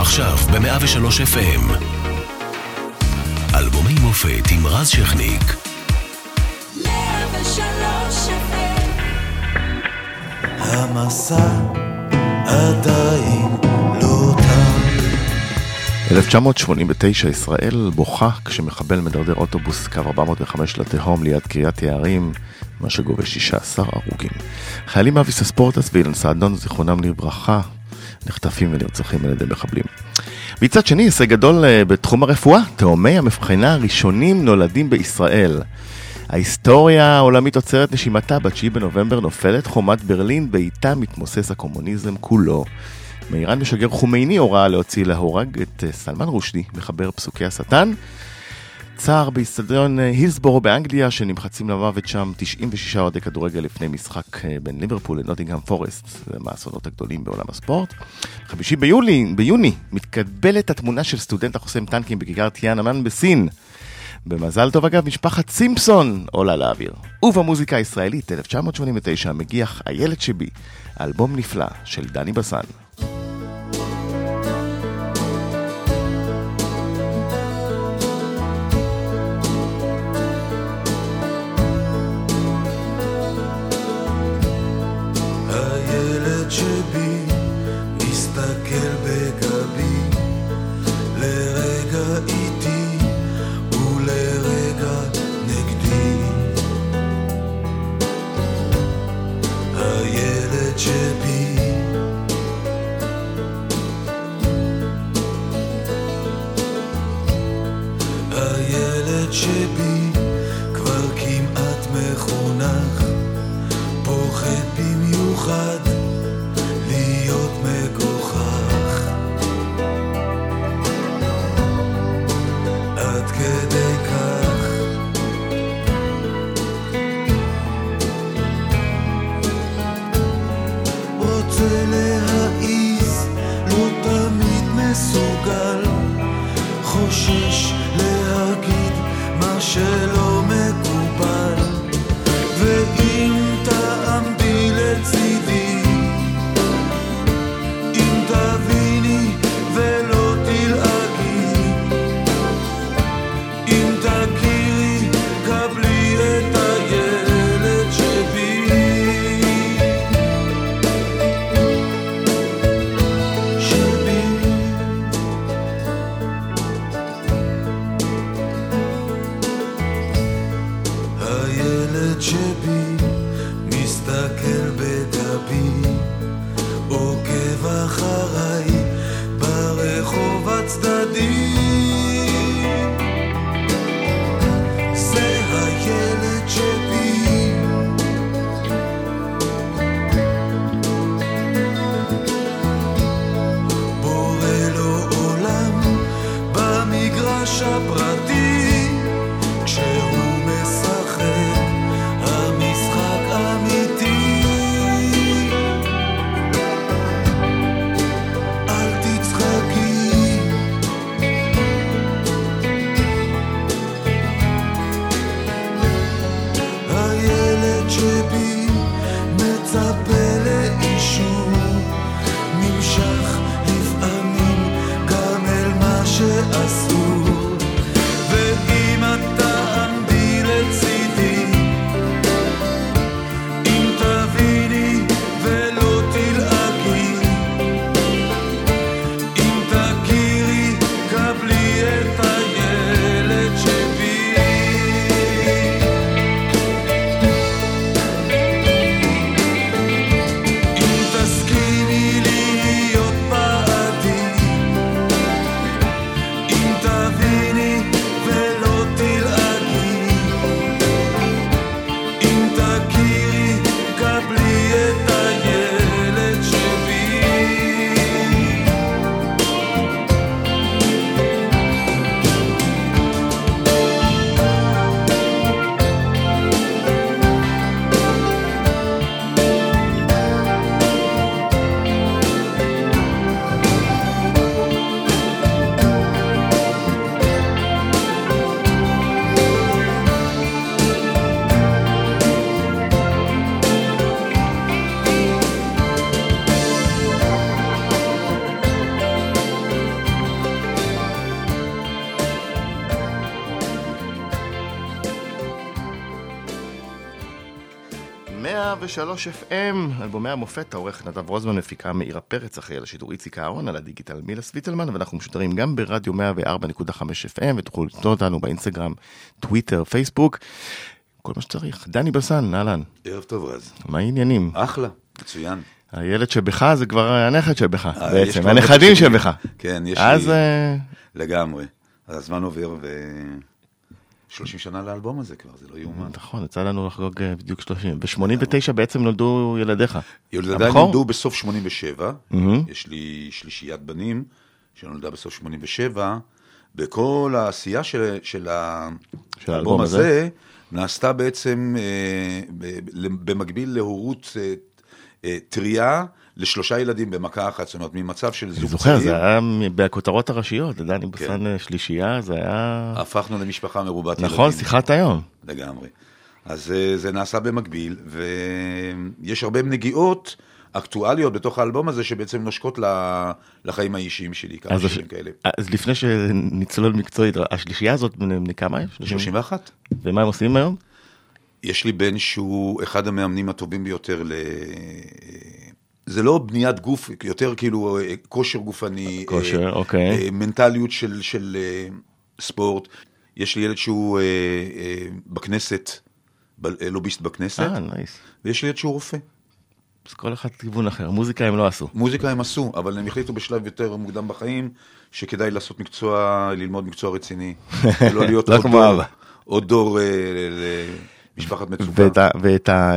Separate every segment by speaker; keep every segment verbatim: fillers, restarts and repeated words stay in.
Speaker 1: עכשיו ב-מאה ושלוש אף אם. אלבומי מופת עם רז שכניק.
Speaker 2: מאה ושלוש אף אם.
Speaker 3: המסע עדיין לא תם.
Speaker 4: אלף תשע מאות שמונים ותשע ישראל בוכה כשמחבל מדרדר אוטובוס קו ארבע מאות וחמש לתהום ליד קריית יערים, מה שגובה שישה עשר הרוגים. חיילים מאביס הספורטס ואילן סעדון זיכרונם לברכה נחטפים ונרצחים על ידי מחבלים. מצד שני, הישג גדול בתחום הרפואה, תאומי המבחנה הראשונים נולדים בישראל. ההיסטוריה העולמית עוצרת נשימתה, בתשיעי בנובמבר נופלת חומת ברלין, באיתה מתמוסס הקומוניזם כולו. מאיראן משגר חומייני הוראה להוציא להורג את סלמן רושדי, מחבר פסוקי השטן. צער באצטדיון הילסבורו באנגליה, שנמחצים למוות שם תשעים ושישה אוהדי כדורגל לפני משחק בין ליברפול לנוטינגהאם פורסט. זה מהאסונות הגדולים בעולם הספורט. חמישי ביולי, ביוני מתקבלת התמונה של סטודנט החוסם טנקים בכיכר טיאנאמן בסין. במזל טוב אגב, משפחת סימפסון עולה לאוויר. ובמוזיקה הישראלית אלף תשע מאות שמונים ותשע מגיח הילד שבי, אלבום נפלא של דני בסן.
Speaker 3: הילד שבי מסתכל בגבי, לרגע איתי ולרגע נגדי. הילד שבי הילד שבי כבר כמעט מחונך, פוחד במיוחד להיות מגוחך, עד כדי כך רוצה להעיז, לא תמיד מסוגל, חושש להגיד מה שלא מקובל. ואם תעמדי לצידי, אם תביני ולא תלעגי, אם תכירי קבלי את הילד שבי. שבי הילד שבי מסתכל בגבי, עוקב אחריי ברחוב הצדדי. זה הילד שבי, בורא לו עולם במגרש הפרטי, כשהוא משחק המשחק אמיתי. אל תצחקי, הילד שבי מצפה לאישור, נמשך לפעמים גם אל מה שאסור. ואם אתה עמדי לצידי, אם תביני ולא תלעגי, אם תכירי קבלי את הילד שבי. אם תסכימי להיות בעדי, אם
Speaker 4: מאה ושלוש אף אם, אלבומי המופת, העורך נדב רוזמן, מפיקה מאירה פרץ, אחראי על השידור איציק אהרון, על הדיגיטל מילה סוויטלמן, ואנחנו משודרים גם ברדיו מאה וארבע נקודה חמש אף אם, ותוכלו לתנוע אותנו באינסטגרם, טוויטר, פייסבוק, כל מה שצריך. דני בסן, אהלן.
Speaker 5: ערב טוב רז.
Speaker 4: מה העניינים?
Speaker 5: אחלה, מצוין.
Speaker 4: הילד שבך זה כבר הנכד שבך, בעצם, הנכדים שבך.
Speaker 5: כן, יש
Speaker 4: אז...
Speaker 5: לי... לגמרי. אז הזמן עובר ו... שלושים שנה לאלבום הזה כבר, זה לא יאומן.
Speaker 4: נכון, יצא לנו לחגוג בדיוק שלושים. ב-שמונים ותשע בעצם נולדו ילדיך.
Speaker 5: ילדיי נולדו בסוף שמונים ושבע, יש לי שלישיית בנים שנולדה בסוף שמונים ושבע, בכל העשייה של האלבום הזה, נעשתה בעצם במקביל להורות טריה, לשלושה ילדים במכה אחת, זאת אומרת, ממצב של זוג צעיר.
Speaker 4: זוכר, זה היה בכותרות הראשיות, דני בסן שלישייה, זה היה...
Speaker 5: הפכנו למשפחה מרובת ילדים.
Speaker 4: נכון, שיחת היום.
Speaker 5: לגמרי. אז זה נעשה במקביל, ויש הרבה נגיעות אקטואליות בתוך האלבום הזה, שבעצם נושקות לחיים האישיים שלי, כמה שירים כאלה.
Speaker 4: אז לפני שנצלול מקצועית, השלישייה הזאת, כמה יש?
Speaker 5: שלושים ואחת.
Speaker 4: ומה הם עושים היום?
Speaker 5: יש לי בן שהוא אחד המאמנים הטובים ביותר ל... זה לא בניית גוף, יותר כאילו כושר גופני,
Speaker 4: כושר, אוקיי.
Speaker 5: מנטליות של, של ספורט. יש לי ילד שהוא בכנסת, לוביסט בכנסת.
Speaker 4: אה, נייס.
Speaker 5: ויש לי ילד שהוא רופא.
Speaker 4: אז כל אחד כיוון אחר. מוזיקה הם לא עשו.
Speaker 5: מוזיקה הם עשו, אבל הם החליטו בשלב יותר מוקדם בחיים, שכדאי לעשות מקצוע, ללמוד מקצוע רציני. לא להיות עוד דור, עוד דור למשפחת מצוקה.
Speaker 4: ואת ה...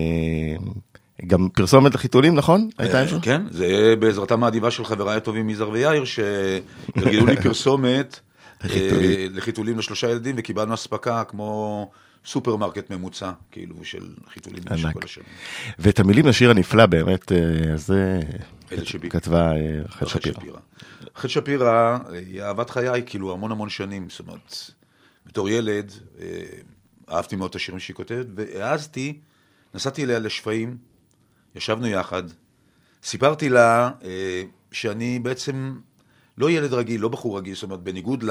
Speaker 4: גם פרסומת לחיתולים, נכון?
Speaker 5: כן, זה בעזרתם האדיבה של חבריי הטובים מיזר ויאיר, שהרגלו לי פרסומת לחיתולים לשלושה ילדים, וקיבלנו הספקה כמו סופרמרקט ממוצע, כאילו של חיתולים במשך כל השנים.
Speaker 4: ואת המילים לשיר הנפלא באמת, זה כתבה חד שפירא.
Speaker 5: חד שפירא היא אהבת חיי, כאילו המון המון שנים, זאת אומרת, בתור ילד, אהבתי מאוד את השירים שהיא כותבת, והעזתי, נסעתי אליה לשפעים, ישבנו יחד, סיפרתי לה אה, שאני בעצם לא ילד רגיל, לא בחור רגיל, זאת אומרת, בניגוד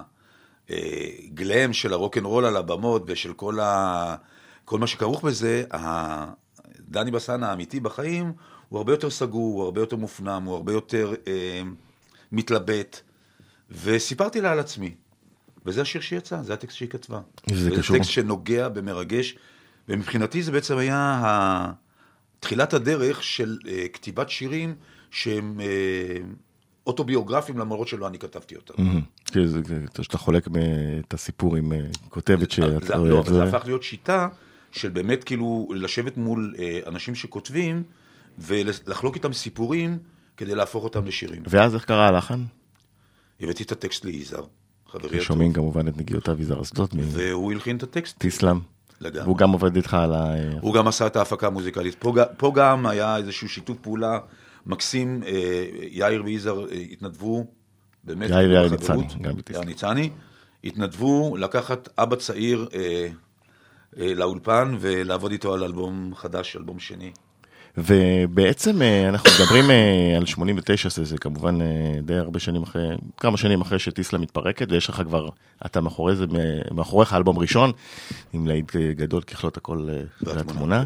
Speaker 5: לגלם של הרוק'נ'רול על הבמות ושל כל, ה... כל מה שכרוך בזה, דני בסן האמיתי בחיים הוא הרבה יותר סגור, הוא הרבה יותר מופנם, הוא הרבה יותר אה, מתלבט, וסיפרתי לה על עצמי, וזה השיר שיצא, זה הטקסט שהיא כתבה. זה טקסט שנוגע במרגש, ומבחינתי זה בעצם היה ה... תחילת הדרך של uh, כתיבת שירים שהם uh, אוטוביוגרפיים, למרות שלא אני כתבתי אותם.
Speaker 4: Mm-hmm. זה, זה, זה שאתה חולק את הסיפור עם uh, כותבת שאת...
Speaker 5: זה, לא, זה הפך להיות שיטה של באמת כאילו לשבת מול uh, אנשים שכותבים, ולחלוק איתם סיפורים כדי להפוך אותם לשירים.
Speaker 4: ואז איך קרה הלחן?
Speaker 5: הבאתי את הטקסט ליזהר, חברי הטוב.
Speaker 4: ששומעים כמובן את נגיעותיו יזהר אסדות.
Speaker 5: והוא הלחין את הטקסט.
Speaker 4: תיסלם. לגמרי. והוא גם עובד איתך על ה...
Speaker 5: הוא גם עשה את ההפקה המוזיקלית. פה, פה גם היה איזשהו שיתוף פעולה מקסים, אה, יאיר ויזהר אה, התנדבו, באמת,
Speaker 4: יאיר יאיר ניצני, גם בתיסלם.
Speaker 5: יאיר ניצני, התנדבו לקחת אבא צעיר אה, אה, לאולפן, ולעבוד איתו על אלבום חדש, אלבום שני.
Speaker 4: ובעצם אנחנו מדברים על שמונים ותשע, זה כמובן די הרבה שנים אחרי, כמה שנים אחרי שתיסלם מתפרקת, ויש לך כבר, אתה מאחורי זה, מאחוריך אלבום ראשון, עם להיט גדול ככלות הכל לתמונה,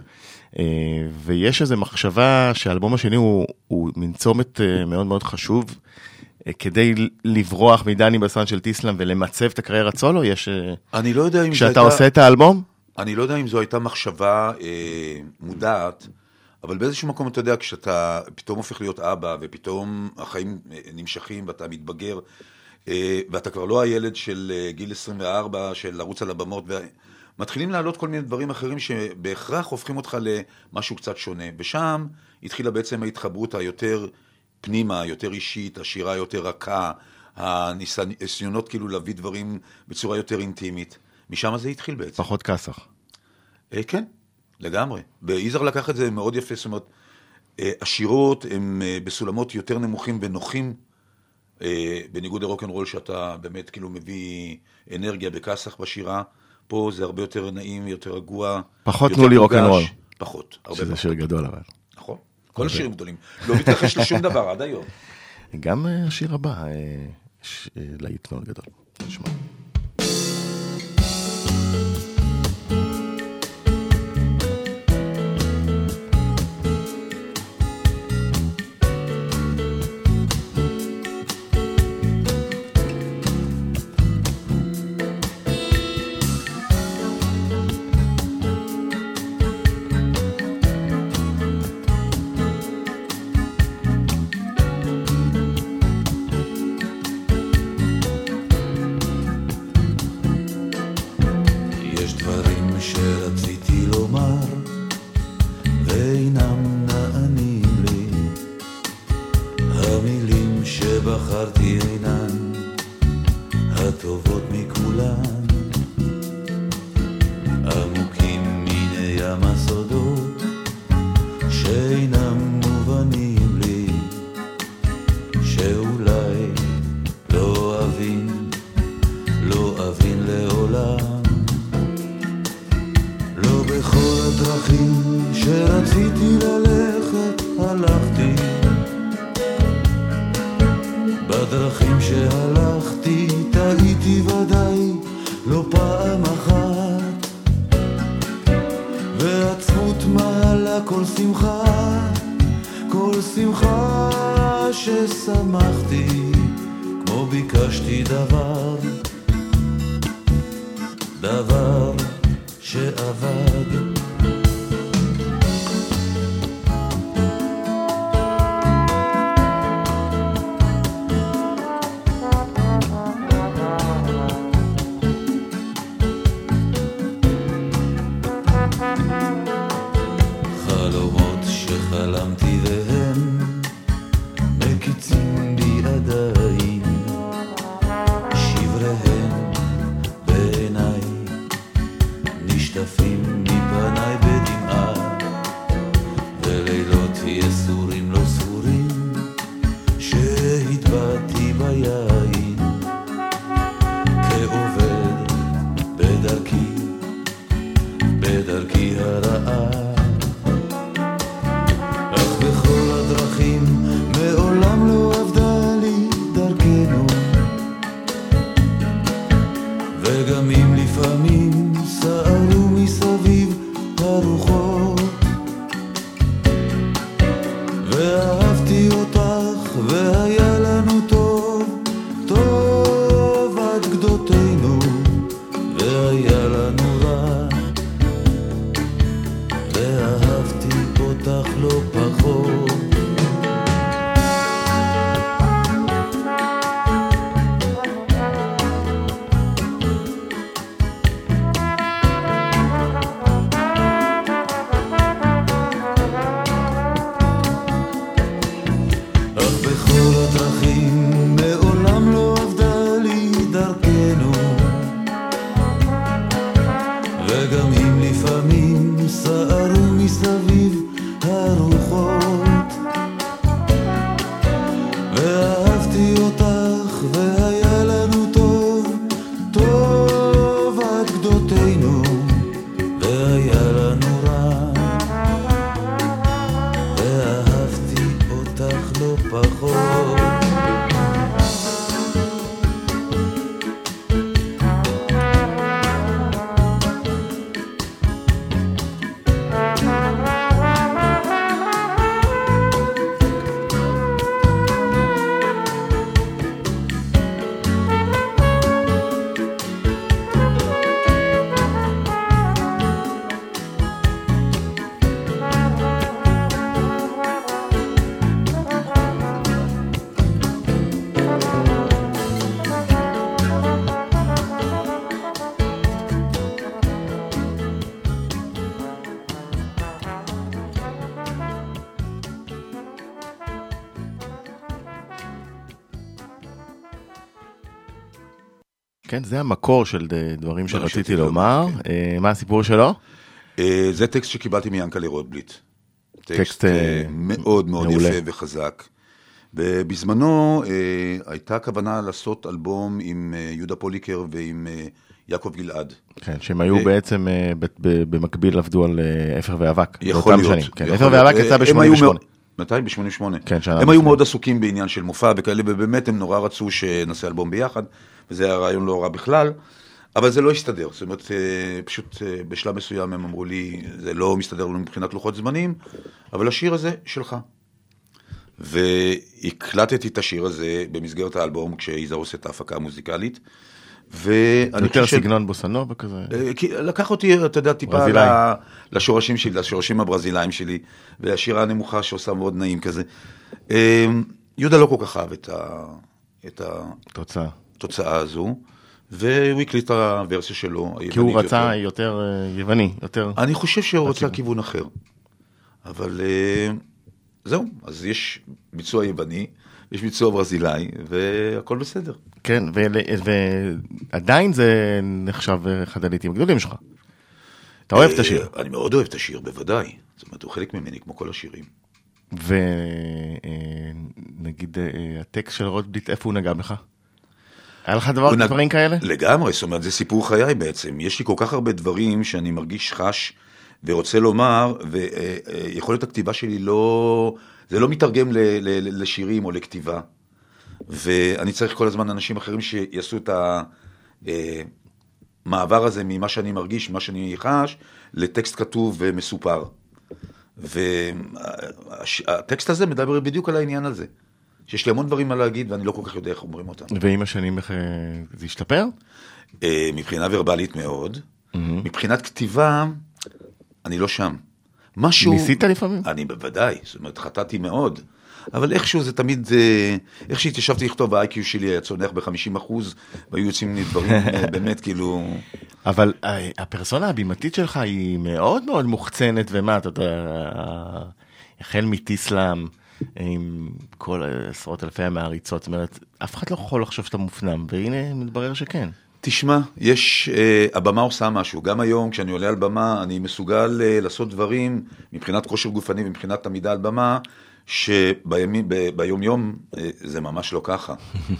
Speaker 4: ויש איזו מחשבה שהאלבום השני הוא, הוא מין צומת מאוד מאוד חשוב, כדי לברוח מדני בסן של תיסלם ולמצב את הקריירת סולו, יש...
Speaker 5: אני לא יודע אם
Speaker 4: כשאתה עושה את האלבום?
Speaker 5: אני לא יודע אם זו הייתה מחשבה אה, מודעת, אבל באיזשהו מקום אתה יודע, כשאתה פתאום הופך להיות אבא, ופתאום החיים נמשכים, ואתה מתבגר, ואתה כבר לא הילד של גיל עשרים וארבע, של לרוץ על הבמות, ומתחילים לעלות כל מיני דברים אחרים, שבהכרח הופכים אותך למשהו קצת שונה. ושם התחילה בעצם ההתחברות היותר פנימה, יותר אישית, השירה יותר רכה, הניסיונות כאילו להביא דברים בצורה יותר אינטימית. משם זה התחיל בעצם.
Speaker 4: פחות כסח.
Speaker 5: כן. לגמרי. ויזהר לקח את זה מאוד יפה, זאת אומרת, השירות הם בסולמות יותר נמוכים ונוחים, בניגוד לרוק'נ'רול שאתה באמת כאילו מביא אנרגיה בכסח בשירה, פה זה הרבה יותר נעים, יותר רגוע.
Speaker 4: פחות תנו לי רוק'נ'רול.
Speaker 5: פחות, הרבה
Speaker 4: שזה
Speaker 5: פחות.
Speaker 4: שיר גדול אבל.
Speaker 5: נכון, כל השירים גדולים. לא מתרחש לשום דבר עד היום.
Speaker 4: גם השיר הבא, להיט מאוד גדול. נשמע.
Speaker 3: המילים שבחרתי אינן הטובות מכולן, עמוקים מן ים הסודות שאינם מובנים לי, שאולי לא אבין, לא אבין לעולם. לא בכל הדרכים שרציתי ללכת הלכתי, בדרכים שהלכתי טעיתי ודאי לא פעם אחת, ועצמות מעלה כל שמחה, כל שמחה ששמחתי, כמו ביקשתי דבר, דבר שעבד. חלומות שחלמתי והם מקיצים בי עדיין, שבריהם בעיניי נשטפים מפניי בדמעה, ולילות יסורים לא ספורים שהטבעתי ביין, כעובד בדרכי, בדרכי הרעה. אך בכל הדרכים מעולם לא עבדה לי דרכנו, וגם אם לפעמים סערו מסביב הרוחות, ואהבתי אותך והיה לנו טוב, טוב עד גדותינו, והיה לנו רע, ואהבתי אותך לא פחות. אך בכל הדרכים מעולם לא עבדה לי דרכנו, וגם אם לפעמים סערו מסביב הרוחות, ואהבתי אותך והיה לנו טוב, טוב עד גדותינו, והיה לנו רע, ואהבתי אותך לא פחות.
Speaker 4: כן, זה המקור של דברים שרציתי לומר. מה הסיפור שלו?
Speaker 5: זה טקסט שקיבלתי מיאנקלה רוטבליט.
Speaker 4: טקסט
Speaker 5: מאוד מאוד
Speaker 4: מעולה.
Speaker 5: יפה וחזק. ובזמנו הייתה כוונה לעשות אלבום עם יהודה פוליקר ועם יעקב גלעד.
Speaker 4: כן, שהם היו בעצם במקביל עבדו על אפר ואבק.
Speaker 5: יכול להיות.
Speaker 4: כן, אפר ואבק יצא ב-שמונים ושמונה.
Speaker 5: מתי? ב-שמונים ושמונה.
Speaker 4: כן, שנה
Speaker 5: הם
Speaker 4: לפני.
Speaker 5: היו מאוד עסוקים בעניין של מופע וכאלה, ובאמת הם נורא רצו שנעשה אלבום ביחד, וזה היה רעיון לא רע בכלל, אבל זה לא הסתדר. זאת אומרת, פשוט בשלב מסוים הם אמרו לי, זה לא מסתדר לנו מבחינת לוחות זמנים, אבל השיר הזה שלך. והקלטתי את השיר הזה במסגרת האלבום, כשאיזר עושה את ההפקה המוזיקלית, ואני
Speaker 4: יותר
Speaker 5: חושב...
Speaker 4: סגנון בוסנובה כזה.
Speaker 5: כי לקח אותי, אתה יודע, טיפה ל- לשורשים שלי, לשורשים הברזילאים שלי, והשירה הנמוכה שעושה מאוד נעים כזה. יהודה לא כל כך אהב את ה- את
Speaker 4: תוצאה.
Speaker 5: התוצאה הזו, והוא הקליט את הוורסיה שלו.
Speaker 4: כי הוא רצה יותר יווני, יותר...
Speaker 5: אני חושב שהוא רצה כיוון אחר. אבל זהו, אז יש ביצוע יווני, יש ביצוע ברזילאי, והכל בסדר.
Speaker 4: כן, ועדיין זה נחשב אחד הלעיתים הגדולים שלך. אתה אוהב את השיר.
Speaker 5: אני מאוד אוהב את השיר, בוודאי. זאת אומרת, הוא חלק ממני, כמו כל השירים.
Speaker 4: ונגיד, הטקסט של רוטבליט, איפה הוא נגע בך? היה לך דבר, דברים כאלה?
Speaker 5: לגמרי, זאת אומרת, זה סיפור חיי בעצם. יש לי כל כך הרבה דברים שאני מרגיש חש ורוצה לומר, ויכולת הכתיבה שלי לא, זה לא מתרגם לשירים או לכתיבה. ואני צריך כל הזמן אנשים אחרים שיעשו את המעבר הזה ממה שאני מרגיש, ממה שאני חש, לטקסט כתוב ומסופר. והטקסט הזה מדבר בדיוק על העניין הזה. שיש לי המון דברים מה להגיד, ואני לא כל כך יודע איך אומרים אותם.
Speaker 4: ועם השנים זה השתפר?
Speaker 5: מבחינה ורבלית מאוד. מבחינת כתיבה, אני לא שם. משהו...
Speaker 4: ניסית לפעמים?
Speaker 5: אני בוודאי, זאת אומרת, חטאתי מאוד. אבל איכשהו זה תמיד, איך שהתיישבתי לכתוב, ה-איי קיו שלי היה צונח ב-חמישים אחוז, והיו יוצאים לי דברים באמת כאילו...
Speaker 4: אבל הפרסונה הבימתית שלך היא מאוד מאוד מוחצנת, ומה, אתה יודע, החל מטיסלאם, עם כל עשרות אלפי המעריצות, זאת אומרת, אף אחד לא יכול לחשוב שאתה מופנם, והנה מתברר שכן. תשמע,
Speaker 5: יש, הבמה עושה משהו, גם היום כשאני עולה על במה, אני מסוגל לעשות דברים, מבחינת כושר גופני ומבחינת עמידה על במה, שביום יום זה ממש לא ככה.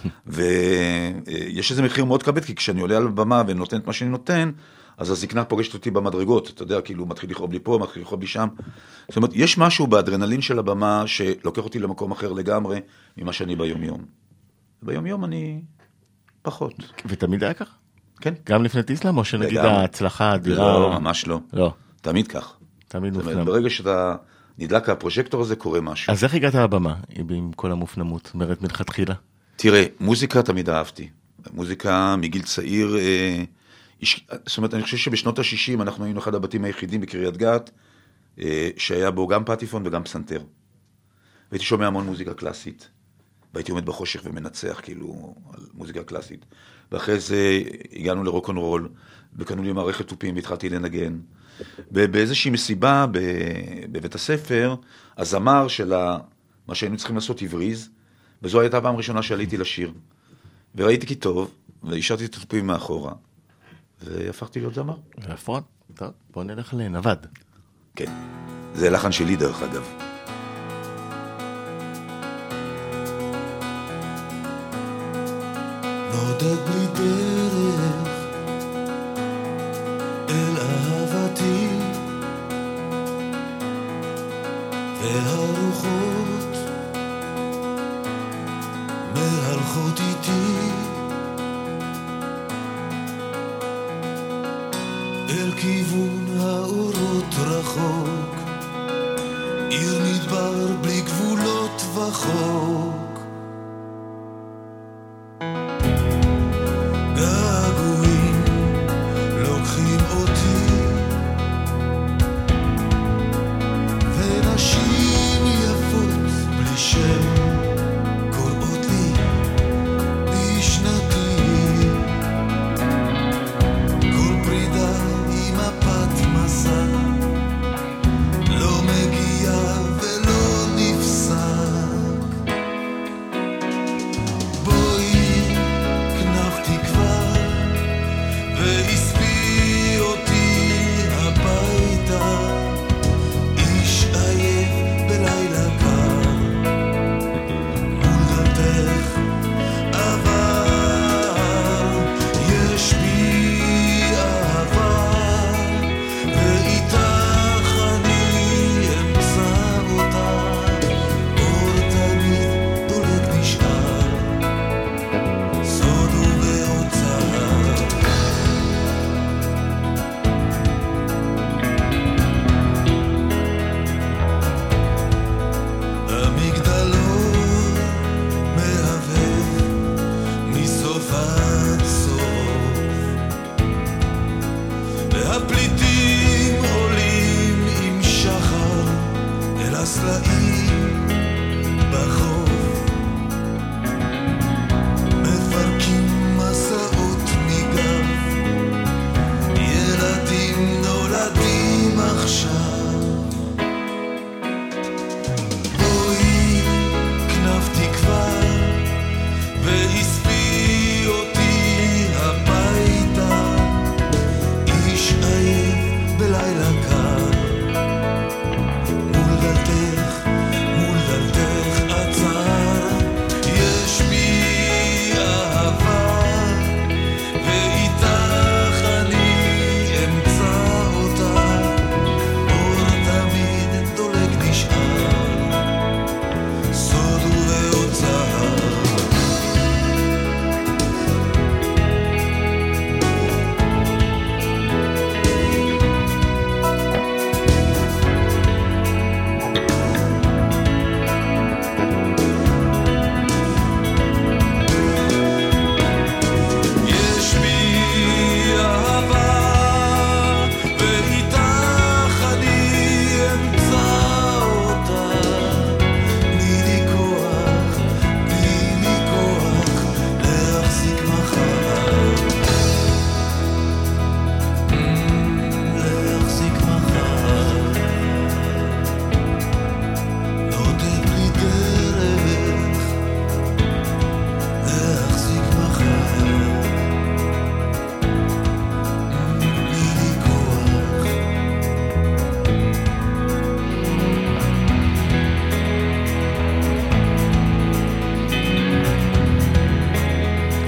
Speaker 5: ויש איזה מחיר מאוד כבד, כי כשאני עולה על במה ונותן את מה שאני נותן, אז הזקנה פוגשת אותי במדרגות, אתה יודע, כאילו מתחיל לכאוב לי פה, מתחיל לכאוב לי שם. זאת אומרת, יש משהו באדרנלין של הבמה שלוקח אותי למקום אחר לגמרי ממה שאני ביום יום. ביום יום אני פחות.
Speaker 4: ותמיד היה כך?
Speaker 5: כן.
Speaker 4: גם לפני טיסלאם, או שנגיד ההצלחה האדירה?
Speaker 5: לא, ממש לא.
Speaker 4: לא.
Speaker 5: תמיד כך.
Speaker 4: תמיד מופנם.
Speaker 5: זאת אומרת, ברגע שאתה נדלק הפרוז'קטור הזה, קורה משהו.
Speaker 4: אז איך הגעת לבמה עם כל המופנמות? זאת אומרת, מלכתחילה?
Speaker 5: תראה, מוזיקה תמיד אהבתי. מוזיקה מגיל צעיר, אה, זאת אומרת, אני חושב שבשנות ה-שישים אנחנו היינו אחד הבתים היחידים בקריית גת, אה, שהיה בו גם פטיפון וגם פסנתר. והייתי שומע המון מוזיקה קלאסית. והייתי עומד בחושך ומנצח, כאילו, על מוזיקה קלאסית. ואחרי זה הגענו לרוק'נ'רול, וקנו לי מערכת תופים, והתחלתי לנגן. ובאיזושהי מסיבה בבית הספר, הזמר של מה שהיינו צריכים לעשות הבריז, וזו הייתה הפעם הראשונה שעליתי לשיר. וראיתי כי טוב, והשארתי את התופים מאחורה, והפכתי להיות זמר.
Speaker 4: ואפרון, טוב, בוא נלך לנווד.
Speaker 5: כן, זה לחן שלי דרך אגב.
Speaker 3: נודד בלי דרך אל אהבתי והרוחות מהלכות איתי אל כיוון האורות רחוק, עיר מדבר בלי גבולות וחוק. געגועים לוקחים אותי ונשים יפות בלי שם קוראות לי בשנתי, כל פרידה היא מפת מסע, לא מגיע ולא נפסק.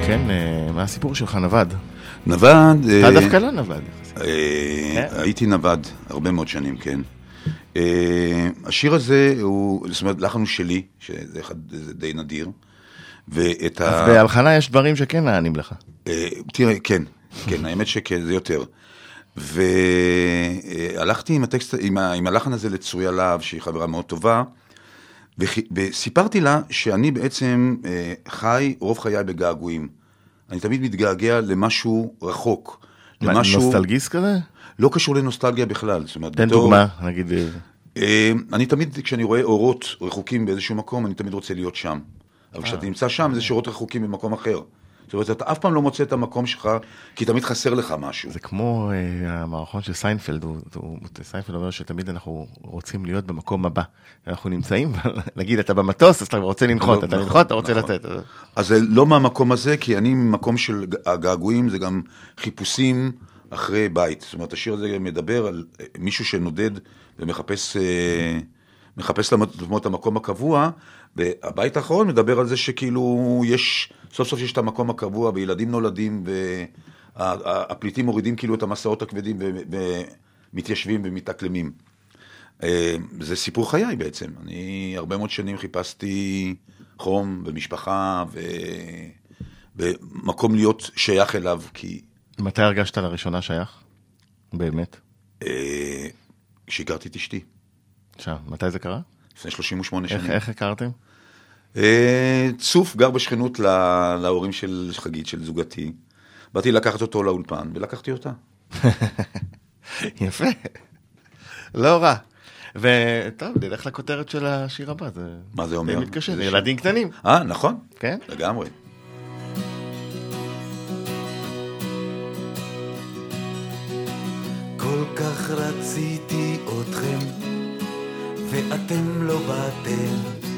Speaker 4: כן, אה, מה הסיפור שלך, נווד?
Speaker 5: נווד...
Speaker 4: אתה
Speaker 5: אה,
Speaker 4: דווקא לא נווד.
Speaker 5: אה,
Speaker 4: כן?
Speaker 5: הייתי נווד הרבה מאוד שנים, כן. אה, השיר הזה הוא, זאת אומרת, לחן הוא שלי, שזה אחד, זה די נדיר. ואת ה...
Speaker 4: אז בהלחנה יש דברים שכן נענים לך.
Speaker 5: אה, תראה, כן, כן, האמת שכן, זה יותר. והלכתי עם הטקסט, עם, ה, עם הלחן הזה לצרויה להב, שהיא חברה מאוד טובה, וסיפרתי לה שאני בעצם אה, חי רוב חיי בגעגועים. אני תמיד מתגעגע למשהו רחוק.
Speaker 4: מה,
Speaker 5: למשהו...
Speaker 4: נוסטלגיסט כזה?
Speaker 5: לא קשור לנוסטלגיה בכלל. זאת אומרת,
Speaker 4: תן
Speaker 5: בתור...
Speaker 4: דוגמה, נגיד...
Speaker 5: אה, אני תמיד, כשאני רואה אורות רחוקים באיזשהו מקום, אני תמיד רוצה להיות שם. אבל כשאתה נמצא שם, זה שירות רחוקים במקום אחר. זאת אומרת, אתה אף פעם לא מוצא את המקום שלך, כי תמיד חסר לך משהו.
Speaker 4: זה כמו uh, המערכון של סיינפלד, הוא, הוא, סיינפלד אומר שתמיד אנחנו רוצים להיות במקום הבא. אנחנו נמצאים, נגיד, אתה במטוס, אז אתה רוצה לנחות, אתה לנחות, אתה רוצה לתת.
Speaker 5: אז זה לא מהמקום הזה, כי אני ממקום של הגעגועים, זה גם חיפושים אחרי בית. זאת אומרת, השיר הזה מדבר על מישהו שנודד ומחפש מחפש למות המקום הקבוע, והבית האחרון מדבר על זה שכאילו יש, סוף סוף יש את המקום הקבוע, וילדים נולדים, והפליטים מורידים כאילו את המסעות הכבדים, ומתיישבים ומתאקלמים. זה סיפור חיי בעצם. אני הרבה מאוד שנים חיפשתי חום ומשפחה, ומקום להיות שייך אליו, כי...
Speaker 4: מתי הרגשת לראשונה שייך? באמת?
Speaker 5: כשהכרתי את אשתי.
Speaker 4: עכשיו, מתי זה קרה?
Speaker 5: לפני שלושים ושמונה שנים.
Speaker 4: איך, איך הכרתם?
Speaker 5: צוף גר בשכנות להורים של חגית, של זוגתי. באתי לקחת אותו לאולפן, ולקחתי אותה.
Speaker 4: יפה. לא רע. וטוב, נלך לכותרת של השיר הבא. זה...
Speaker 5: מה זה אומר?
Speaker 4: זה מתקשר, ילדים קטנים.
Speaker 5: אה, נכון.
Speaker 4: כן?
Speaker 5: לגמרי.
Speaker 3: כל כך רציתי אתכם ואתם לא באתם,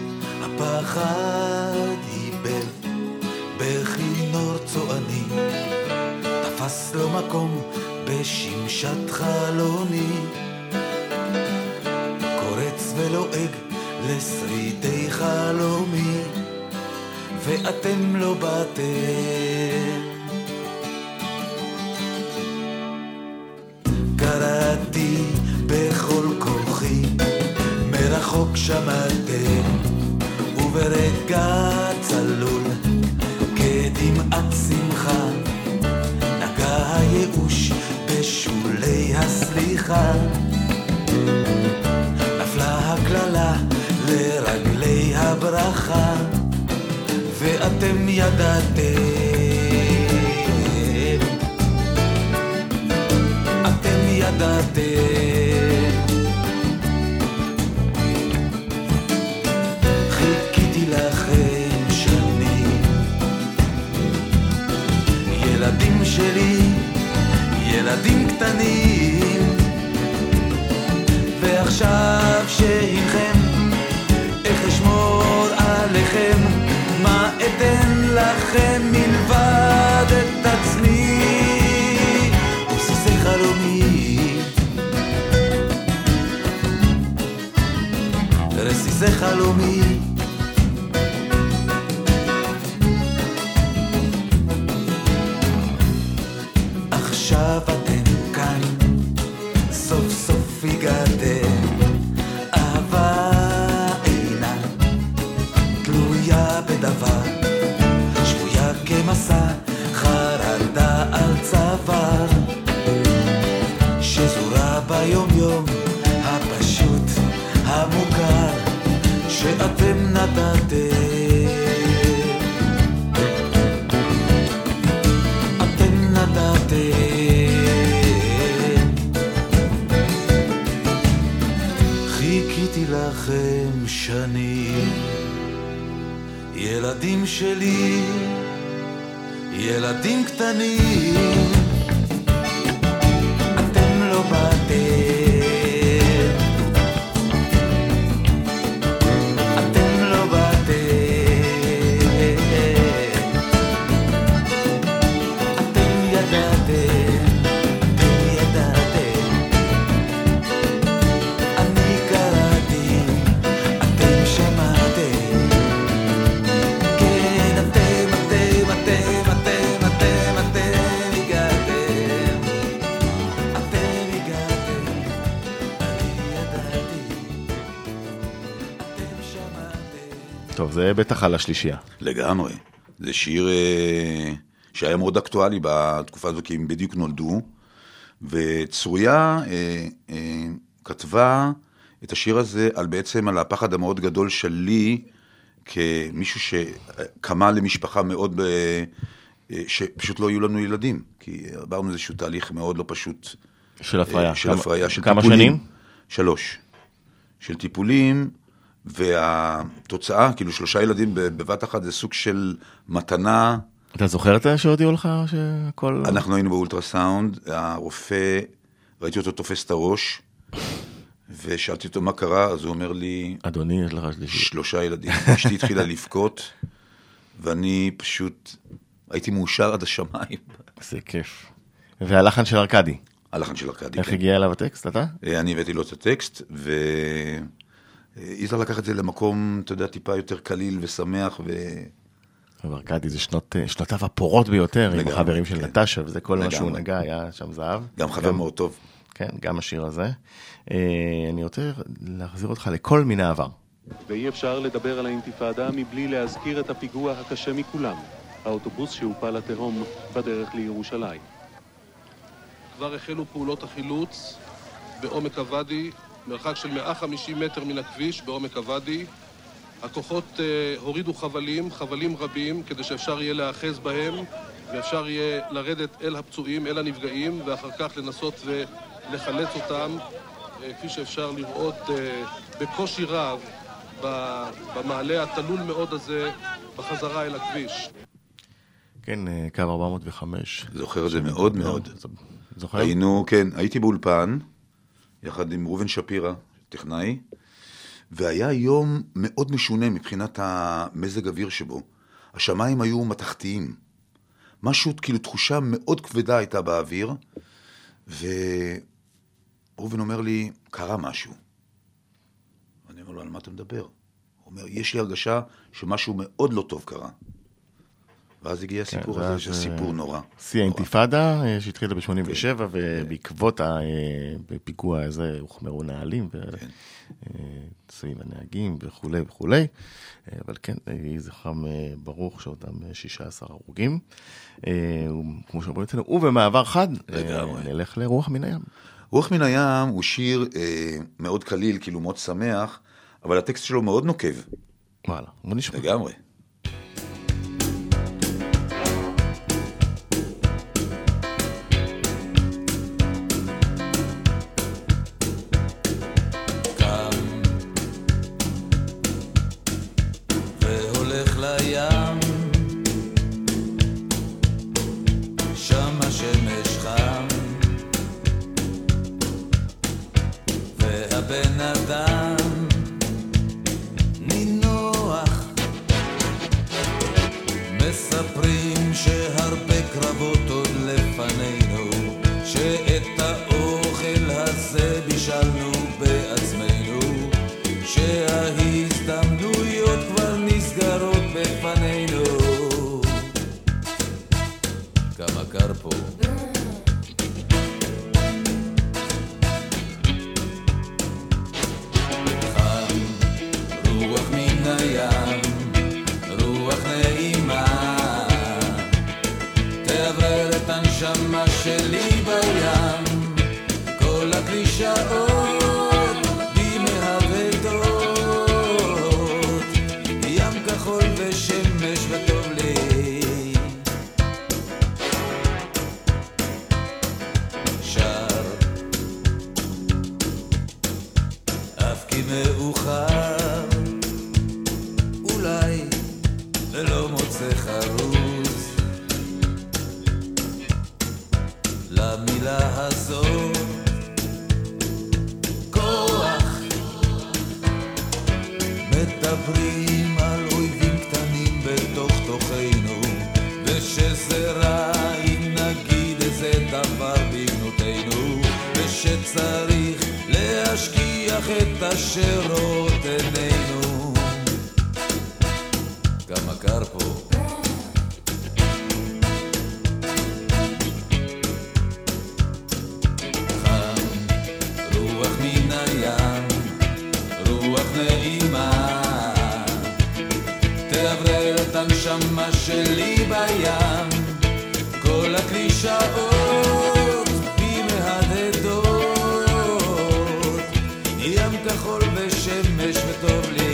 Speaker 3: הפחד היבל בכינור צועני, תפס לו מקום בשמשת חלוני, קורץ ולועג לשרידי חלומי, ואתם לא באתם. קראתי בכל כוחי, מרחוק שמעתם, וברגע צלול, כדמעת שמחה, נגע הייאוש בשולי הסליחה, נפלה הכללה לרגלי הברכה, ואתם ידעתם, אתם ידעתם, חיכיתי לכם שנים, ילדים שלי, ילדים קטנים, ועכשיו שהנכם, איך אשמור עליכם, מה אתן לכם מלבד את עצמי, ובסיסי חלומי, רסיסי חלומי. עכשיו אתם כאן, סוף סוף הגעתם, אהבה אינה תלויה בדבר, שבויה כמסע חרדה על צוואר, שזורה ביום יום הפשוט המוכר שאתם נתתם, אתם נתתם, חיכיתי לכם שנים, ילדים שלי, ילדים קטנים, אתם לא באתם, אתם לא באתם, אתם ידעתם, אתם ידעתם, אני קראתי, אתם שמעתם, כן, אתם, אתם, אתם, אתם
Speaker 4: טוב, זה בטח על השלישייה.
Speaker 5: לגמרי. זה שיר אה, שהיה מאוד אקטואלי בתקופה הזו, כי הם בדיוק נולדו, וצרויה אה, אה, כתבה את השיר הזה על בעצם על הפחד המאוד גדול שלי, כמישהו שקמה למשפחה מאוד, אה, שפשוט לא היו לנו ילדים, כי עברנו איזשהו תהליך מאוד לא פשוט.
Speaker 4: של הפריה.
Speaker 5: של הפריה, של
Speaker 4: כמה
Speaker 5: טיפולים.
Speaker 4: שנים?
Speaker 5: שלוש. של טיפולים, והתוצאה, כאילו שלושה ילדים בבת אחת, זה סוג של מתנה.
Speaker 4: אתה זוכר את זה שהודיעו לך שהכל...
Speaker 5: אנחנו היינו באולטרסאונד, הרופא, ראיתי אותו תופס את הראש, ושאלתי אותו מה קרה, אז הוא אומר לי...
Speaker 4: אדוני, יש לך שלישי.
Speaker 5: שלושה ילדים. אשתי התחילה לבכות, ואני פשוט הייתי מאושר עד השמיים.
Speaker 4: זה כיף. והלחן של ארקדי.
Speaker 5: הלחן של ארקדי.
Speaker 4: איך הגיע אליו הטקסט, אתה?
Speaker 5: אני הבאתי לו את הטקסט, ואיזר לקח את זה למקום, אתה יודע, טיפה יותר קליל ושמח, ו...
Speaker 4: וארקדי זה שנות, שנותיו הפורות ביותר, עם החברים של
Speaker 5: כן.
Speaker 4: נטשה, וזה כל מה
Speaker 5: לגמרי.
Speaker 4: שהוא נגע, היה שם זהב.
Speaker 5: גם חבר מאוד טוב.
Speaker 4: כן, גם השיר הזה. אני רוצה להחזיר אותך לכל מן העבר.
Speaker 6: ואי אפשר לדבר על האינתיפאדה מבלי להזכיר את הפיגוע הקשה מכולם, האוטובוס שהופל לתהום בדרך לירושלים.
Speaker 7: כבר החלו פעולות החילוץ בעומק הוואדי, מרחק של מאה וחמישים מטר מן הכביש בעומק הוואדי. הכוחות uh, הורידו חבלים, חבלים רבים, כדי שאפשר יהיה להאחז בהם, ואפשר יהיה לרדת אל הפצועים, אל הנפגעים, ואחר כך לנסות ולחלץ אותם, uh, כפי שאפשר לראות uh, בקושי רב במעלה התלול מאוד הזה בחזרה אל הכביש.
Speaker 4: כן, קו ארבע מאות וחמש.
Speaker 5: זוכר את זה מאוד מאוד.
Speaker 4: זוכר?
Speaker 5: היינו, כן, הייתי באולפן, יחד עם רובן שפירא, טכנאי, והיה יום מאוד משונה מבחינת המזג אוויר שבו. השמיים היו מתחתיים. משהו, כאילו תחושה מאוד כבדה הייתה באוויר, ורובן אומר לי, קרה משהו. ואני אומר לו, על מה אתה מדבר? הוא אומר, יש לי הרגשה שמשהו מאוד לא טוב קרה. ואז הגיע הסיפור הזה, שהסיפור נורא.
Speaker 4: שיא האינתיפאדה, שהתחילה ב-שמונים ושבע, ובעקבות הפיגוע הזה הוחמרו נהלים, וצועים הנהגים וכו' וכו'. אבל כן, יהי זכרם ברוך שאותם שישה עשר הרוגים. כמו שאומרים אצלנו, ובמעבר חד, נלך לרוח מן הים.
Speaker 5: רוח מן הים הוא שיר מאוד קליל, כאילו מאוד שמח, אבל הטקסט שלו מאוד נוקב.
Speaker 4: וואלה, בוא נשמע.
Speaker 5: לגמרי.
Speaker 3: הנשמה שלי בים, כל הקלישאות בי מהדהדות, ים כחול ושמש וטוב לי.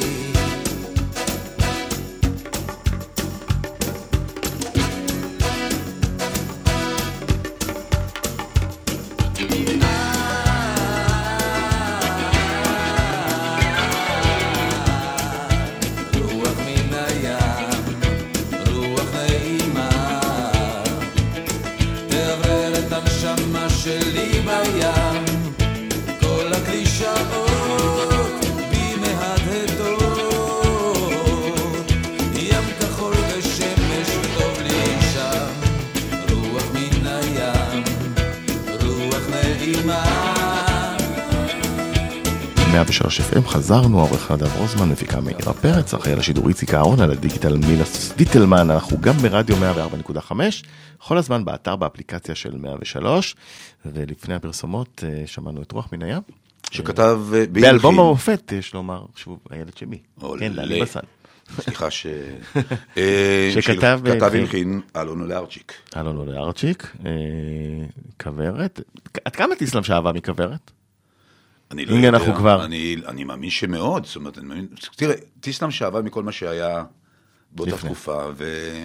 Speaker 3: שלי בים, כל הקלישאות בי מהדהדות, ים כחול ושמש וטוב לי שם, רוח מן הים, רוח נעימה.
Speaker 4: מאה ושלוש אף אם חזרנו, עורך נדב רוזמן, מפיקה מאירה פרץ, אחראי על השידור איציק אהרון, על הדיגיטל מילס ויטלמן. אנחנו גם ברדיו מאה וארבע נקודה חמש, כל הזמן באתר באפליקציה של מאה ושלוש, ולפני הפרסומות שמענו את רוח מן הים,
Speaker 5: שכתב
Speaker 4: באלבום המופת, יש לומר, שוב, הילד שלי, כן, דני בסן.
Speaker 5: סליחה ש...
Speaker 4: שכתב
Speaker 5: הלחין אלון לארצ'יק.
Speaker 4: אלון לארצ'יק, כוורת. עד כמה תיסלם שאהבה מכוורת?
Speaker 5: אני לא יודע, כבר... אני, אני מאמין שמאוד, זאת אומרת, אני מאמין, תראה, תיסלם שאהבה מכל מה שהיה באותה תקופה, ו...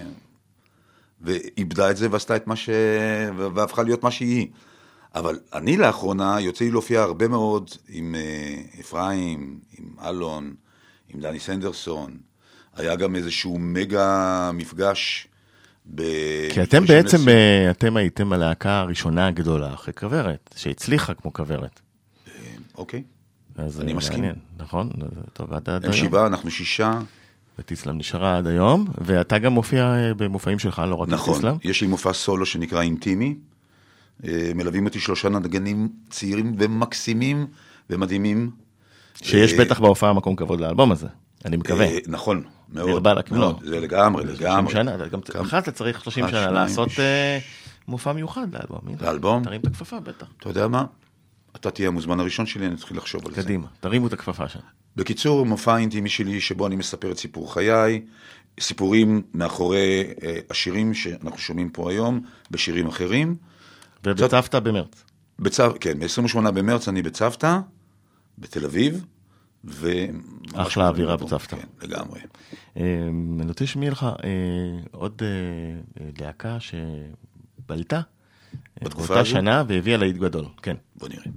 Speaker 5: ואיבדה את זה ועשתה את מה ש... והפכה להיות מה שהיא. אבל אני לאחרונה יוצא לי להופיע הרבה מאוד עם uh, אפרים, עם אלון, עם דני סנדרסון. היה גם איזשהו מגה מפגש ב...
Speaker 4: כי אתם בעצם, לסים... אתם הייתם הלהקה הראשונה הגדולה אחרי כוורת, שהצליחה כמו כוורת.
Speaker 5: אוקיי,
Speaker 4: אז
Speaker 5: אני מסכים.
Speaker 4: מעניין, נכון? טוב, עד עד
Speaker 5: הם שבעה, אנחנו שישה.
Speaker 4: ותיסלם נשארה עד היום, ואתה גם מופיע במופעים שלך, לא רק
Speaker 5: נכון,
Speaker 4: תיסלם.
Speaker 5: יש לי מופע סולו שנקרא אינטימי, מלווים אותי שלושה נגנים צעירים ומקסימים ומדהימים.
Speaker 4: שיש בטח בהופעה מקום כבוד לאלבום הזה, אני מקווה.
Speaker 5: נכון, מאוד.
Speaker 4: הרבה לכמות.
Speaker 5: זה לגמרי, לגמרי.
Speaker 4: שלושים שנה, גם אחת אתה צריך שלושים שנה לעשות מופע מיוחד לאלבום.
Speaker 5: לאלבום?
Speaker 4: תרים את הכפפה בטח.
Speaker 5: אתה יודע מה? אתה תהיה המוזמן הראשון שלי, אני אתחיל לחשוב על זה.
Speaker 4: קדימה, תרימו את הכפפה שם.
Speaker 5: בקיצור, מופע אינטימי שלי, שבו אני מספר את סיפור חיי, סיפורים מאחורי אה, השירים שאנחנו שומעים פה היום, בשירים אחרים.
Speaker 4: ובצוותא במרץ.
Speaker 5: בצו, כן, ב-עשרים ושמונה במרץ אני בצוותא, בתל אביב, ו...
Speaker 4: אחלה אווירה בצוותא.
Speaker 5: כן, לגמרי.
Speaker 4: אני רוצה לשמיע לך עוד להקה שבלטה, באותה שנה, והביאה להיט גדול. כן.
Speaker 5: בוא נראה.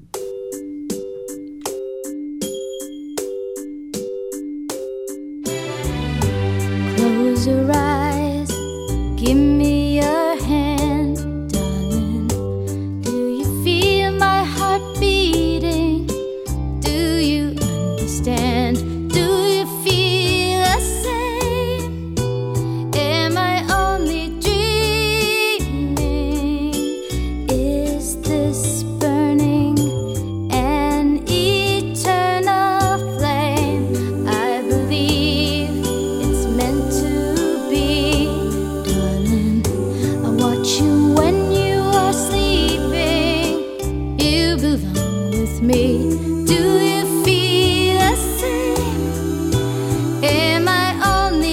Speaker 2: Close your eyes, give me your hand, darling. Do you feel my heart beating? Do you understand? Do you feel the same? Am I only dreaming? Is this burning an eternal flame? I believe it's meant to be, darling. I watch you when you are sleeping. You belong with me. Do you feel the same? Am I only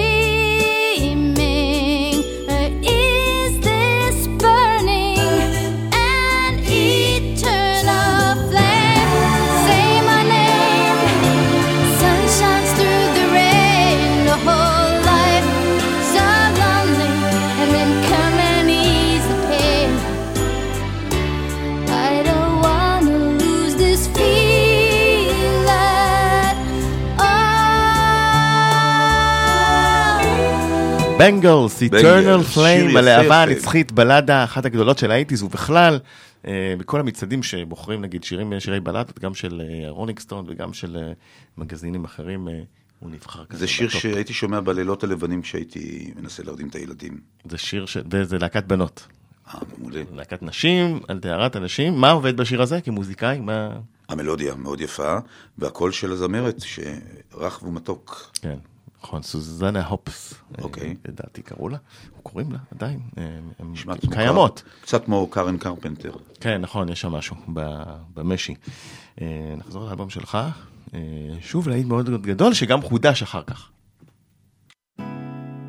Speaker 2: dreaming? Or is this burning an eternal flame? Say my name. Sun shines through the rain. The whole life so lonely, and then come and ease the pain. I don't wanna lose this feeling. Oh.
Speaker 4: בנגלס, Eternal
Speaker 5: שיר
Speaker 4: Flame,
Speaker 5: יפה
Speaker 4: הלהבה
Speaker 5: יפה.
Speaker 4: הנצחית, בלדה, אחת הגדולות של האייטיז, ובכלל, אה, בכל המצעדים שבוחרים, נגיד, שירים, שירי בלדות, גם של אה, רולינג סטון וגם של אה, מגזינים אחרים, אה, הוא נבחר כזה.
Speaker 5: זה שיר
Speaker 4: בטופ.
Speaker 5: שהייתי שומע בלילות הלבנים כשהייתי מנסה להרדים את הילדים.
Speaker 4: זה שיר, ש... וזה להקת בנות.
Speaker 5: אה, מעולה.
Speaker 4: להקת נשים, על טהרת הנשים. מה עובד בשיר הזה כמוזיקאי? מה...
Speaker 5: המלודיה מאוד יפה, והקול של הזמרת שרך ומתוק.
Speaker 4: כן, נכון, סוזנה הופס.
Speaker 5: אוקיי.
Speaker 4: אה, לדעתי קראו לה, קוראים לה עדיין. אה, הן
Speaker 5: נשמע כמו
Speaker 4: קיימות.
Speaker 5: קר- קצת כמו קארן קרפנטר.
Speaker 4: כן, נכון, יש שם משהו ב- במשי. אה, נחזור לאלבום שלך. אה, שוב, להיט מאוד גדול, שגם חודש אחר כך.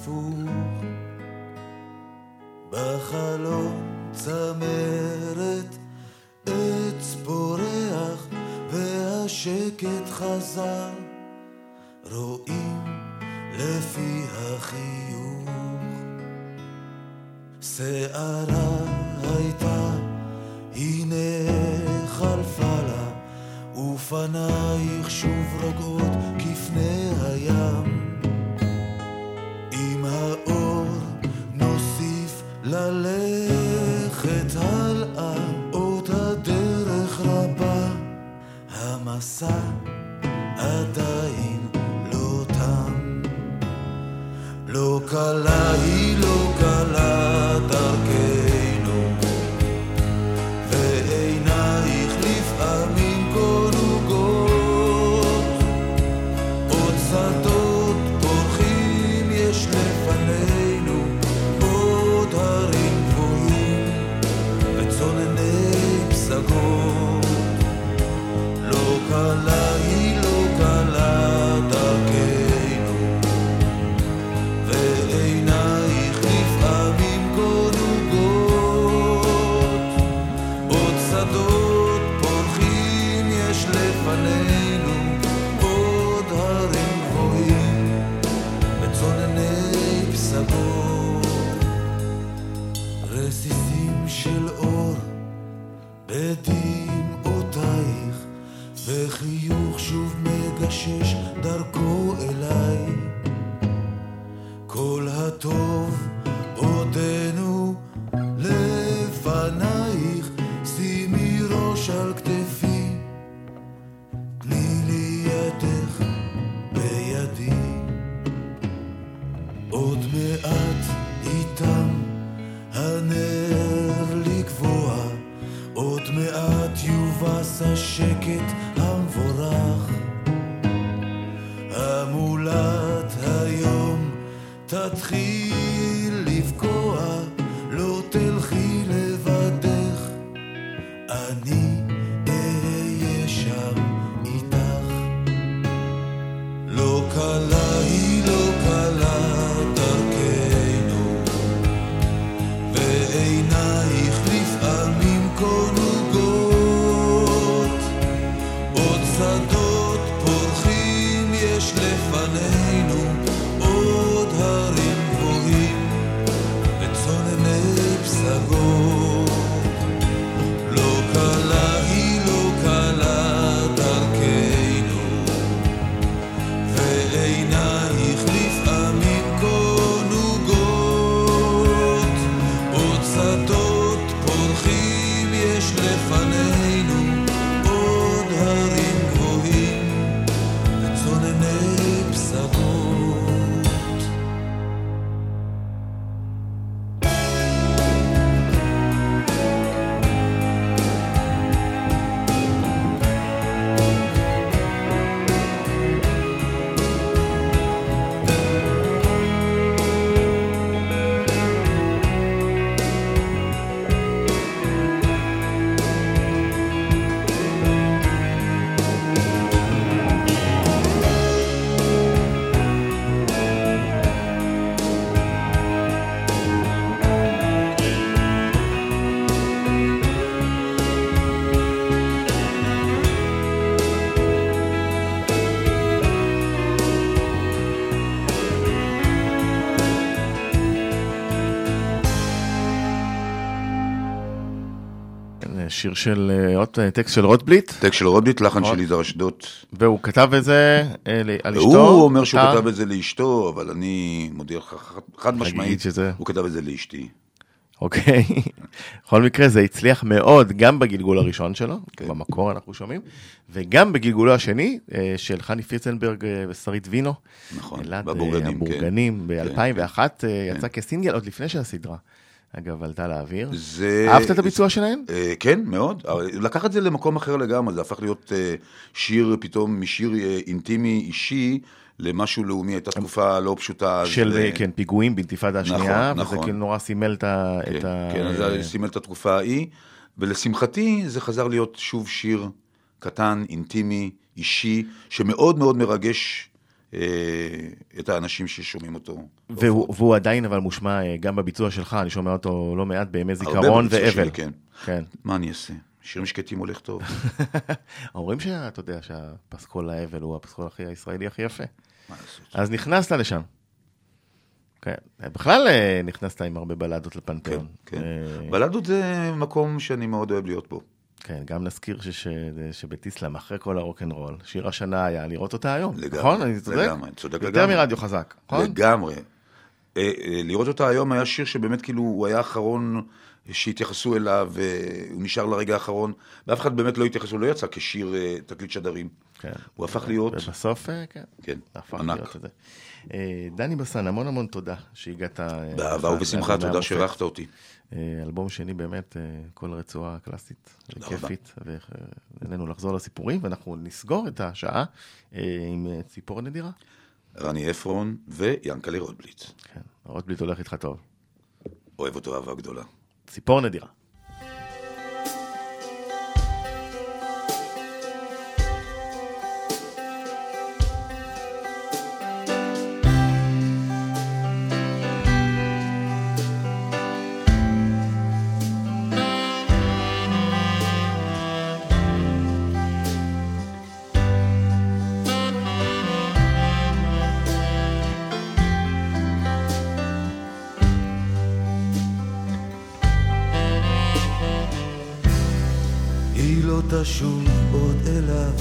Speaker 3: הפוך, בחלום צמרת עץ פורח והשקט חזר, רואים לפי החיוך. שערה הייתה, הנה חלפה לה, ופנייך שוב רוגעות כפני הים. עם האור נוסיף ללכת הלאה, עוד הדרך רבה, המסע עדיין לא תם. לא קלה היא לא קלה דרכנו, ועינייך לפעמים כה נוגות, עוד שדות פורחים יש לפנינו, עוד הרים גבוהים וצונני פסגות. לא קלה היא לא קלה דרכנו, ועינייך לפעמים כה נוגות, עוד שדות פורחים יש לפנינו, עוד הרים גבוהים וצונני פסגות. רסיסים של אור בדמעותייך, וחיוך שוב מגשש דרכו אליי. כל הטוב עודנו לפנייך, שימי ראש על כתפי, תני לי ידך בידי. עוד מעט איתם הנר לקבוע, עוד מעט יובס השקט המבורך. המולת היום תתחיל לפקוע, לא תלכי לבדך, אני אהיה שם איתך. לא קלה היא לא קלה דרכנו, ועינייך לפעמים כה נוגות, עוד שדות פורחים יש לפנינו, עוד הרים גבוהים וצונני פסגות. לא קלה היא לא קלה דרכנו, ועינייך לפעמים כה נוגות, עוד שדות פורחים יש לפנינו, עוד הרים גבוהים וצונני פסגות.
Speaker 4: שיר של, עוד טקסט של רוטבליט.
Speaker 5: טקסט של רוטבליט, לחן של יזהר אשדות.
Speaker 4: והוא כתב את זה על אשתו?
Speaker 5: הוא אומר שהוא כתב את זה לאשתו, אבל אני מודיע לך חד משמעית, הוא כתב את זה לאשתי.
Speaker 4: אוקיי. בכל מקרה זה הצליח מאוד, גם בגלגול הראשון שלו, במקור אנחנו שומעים, וגם בגלגולו השני, של חני פירצנברג ושרית וינו.
Speaker 5: נכון,
Speaker 4: בבורגנים. ב-אלפיים ואחת יצא כסינגל, עוד לפני שהסדרה. אגב, עלתה לאוויר. אהבת את הביצוע שלהם?
Speaker 5: כן, מאוד. לקח את זה למקום אחר לגמרי, זה הפך להיות שיר פתאום משיר אינטימי אישי, למשהו לאומי, הייתה תקופה לא פשוטה.
Speaker 4: של, כן, פיגועים באינתיפאדה השנייה, וזה כאילו נורא סימל את ה...
Speaker 5: כן, זה סימל את התקופה ההיא, ולשמחתי זה חזר להיות שוב שיר קטן, אינטימי, אישי, שמאוד מאוד מרגש את האנשים ששומעים אותו.
Speaker 4: והוא, והוא עדיין אבל מושמע גם בביצוע שלך, אני שומע אותו לא מעט בימי זיכרון ואבל.
Speaker 5: כן.
Speaker 4: כן.
Speaker 5: מה אני אעשה? שירים שקטים הולך טוב.
Speaker 4: אומרים שאתה יודע שהפסקול האבל הוא הפסקול הכי הישראלי הכי יפה. אז נכנסת לשם. כן. בכלל נכנסת עם הרבה בלדות לפנתיאון.
Speaker 5: כן, כן. בלדות זה מקום שאני מאוד אוהב להיות בו.
Speaker 4: כן, גם נזכיר שבטיסלאם, אחרי כל הרוק'נ'רול, שיר השנה היה לראות אותה היום.
Speaker 5: לגמרי.
Speaker 4: נכון? אני צודק?
Speaker 5: לגמרי, צודק לגמרי.
Speaker 4: יותר מרדיו חזק, נכון?
Speaker 5: לגמרי. לראות אותה היום היה שיר שבאמת כאילו הוא היה האחרון שהתייחסו אליו, הוא נשאר לרגע האחרון, ואף אחד באמת לא התייחסו, לא יצא כשיר תקליט שדרים.
Speaker 4: כן.
Speaker 5: הוא הפך להיות...
Speaker 4: ובסוף, כן.
Speaker 5: כן,
Speaker 4: הפך
Speaker 5: ענק.
Speaker 4: להיות את זה. דני בסן, המון המון תודה שהגעת.
Speaker 5: באהבה ובשמחה, תודה שהרחת אותי.
Speaker 4: אלבום שני באמת, כל רצועה קלאסית וכיפית, ואיננו לחזור לסיפורים, ואנחנו נסגור את השעה עם ציפור נדירה.
Speaker 5: רני אפרון ויאנקלה רוטבליט.
Speaker 4: כן, רוטבליט הולך איתך טוב.
Speaker 5: אוהב אותו אהבה גדולה.
Speaker 4: ציפור נדירה.
Speaker 3: תשוב עוד אליו,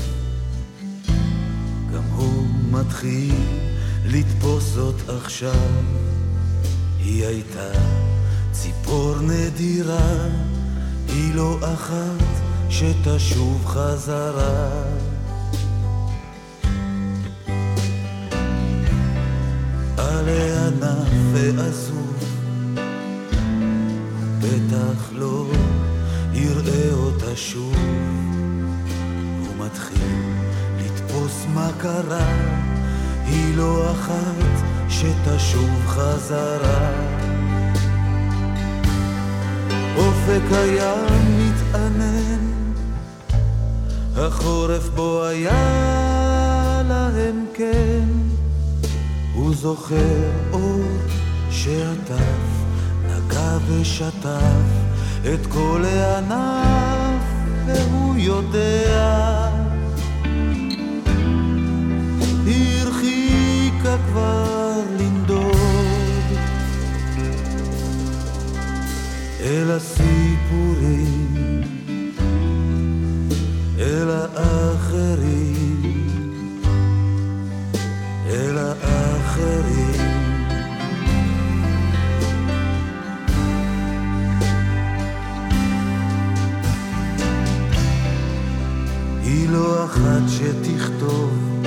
Speaker 3: גם הוא מתחיל לתפוס זאת עכשיו. היא הייתה ציפור נדירה, היא לא אחת שתשוב חזרה. עלי ענף ועזוב, בטח לא יראה אותה שוב. הוא מתחיל לתפוס מה קרה, היא לא אחת שתשוב חזרה. אופק הים מתענן, החורף בו היה להם כן. הוא זוכר אור שעטף, נגע ושטף את כל הענף, והוא יודע היא הרחיקה כבר לנדוד אל הסיפורים, אל האחרים, אל האחרים. היא לא אחת שתכתוב,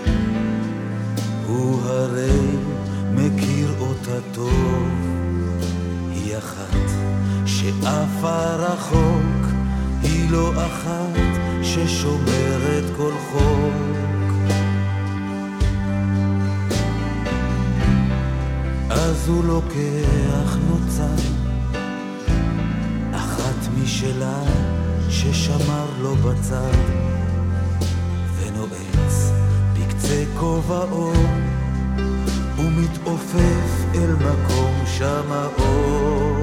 Speaker 3: הוא הרי מכיר אותה טוב. היא אחת שעפה רחוק, היא לא אחת ששומרת כל חוק. אז הוא לוקח נוצה, אחת משלה ששמר לו בצד, ונועץ בקצה כובעו ומתעופף אל מקום שם האור.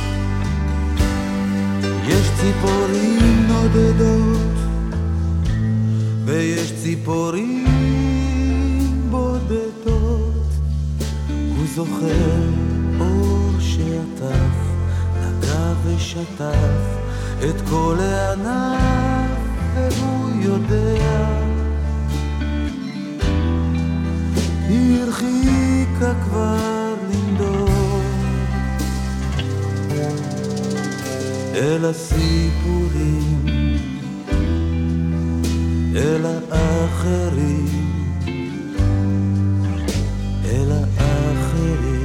Speaker 3: יש ציפורים נודדות ויש ציפורים בודדות. הוא זוכר אור שעטף, נגע ושטף את כל הענף, והוא יודע היא הרחיקה כבר לנדוד אל הסיפורים, אל האחרים, אל האחרים.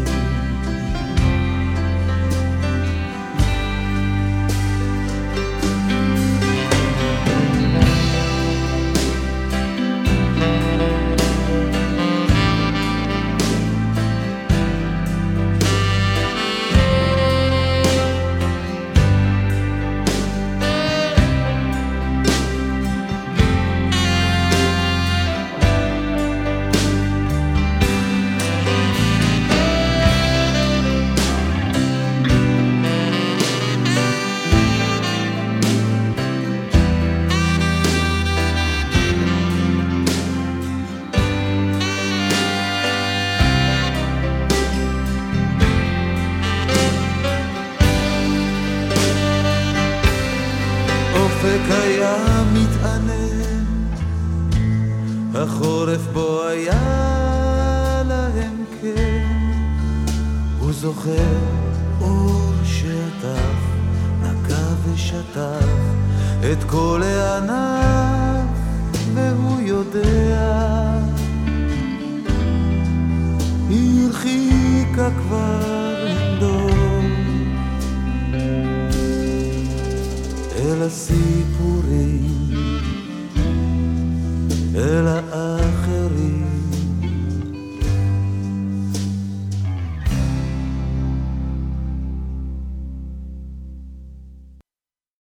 Speaker 3: החורף בו היה להם כן, הוא זוכר אור שעטף, נגע ושטף את כל הענף, והוא יודע היא הרחיקה כבר לנדור אל הסיפורים, אל הארץ